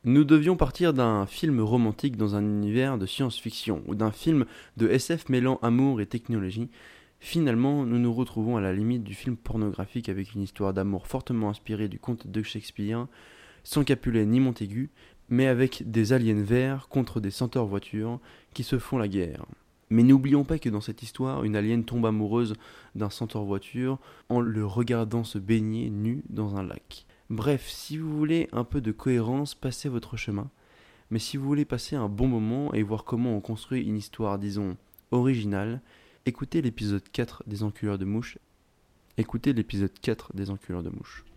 Nous devions partir d'un film romantique dans un univers de science-fiction, ou d'un film de SF mêlant amour et technologie. Finalement, nous nous retrouvons à la limite du film pornographique avec une histoire d'amour fortement inspirée du conte de Shakespeare, sans Capulet ni Montaigu, mais avec des aliens verts contre des centaures voitures qui se font la guerre. Mais n'oublions pas que dans cette histoire, une alien tombe amoureuse d'un centaure voiture en le regardant se baigner nu dans un lac. Bref, si vous voulez un peu de cohérence, passez votre chemin. Mais si vous voulez passer un bon moment et voir comment on construit une histoire, disons, originale, écoutez l'épisode 4 des Enculeurs de Mouches. Écoutez l'épisode 4 des Enculeurs de Mouches.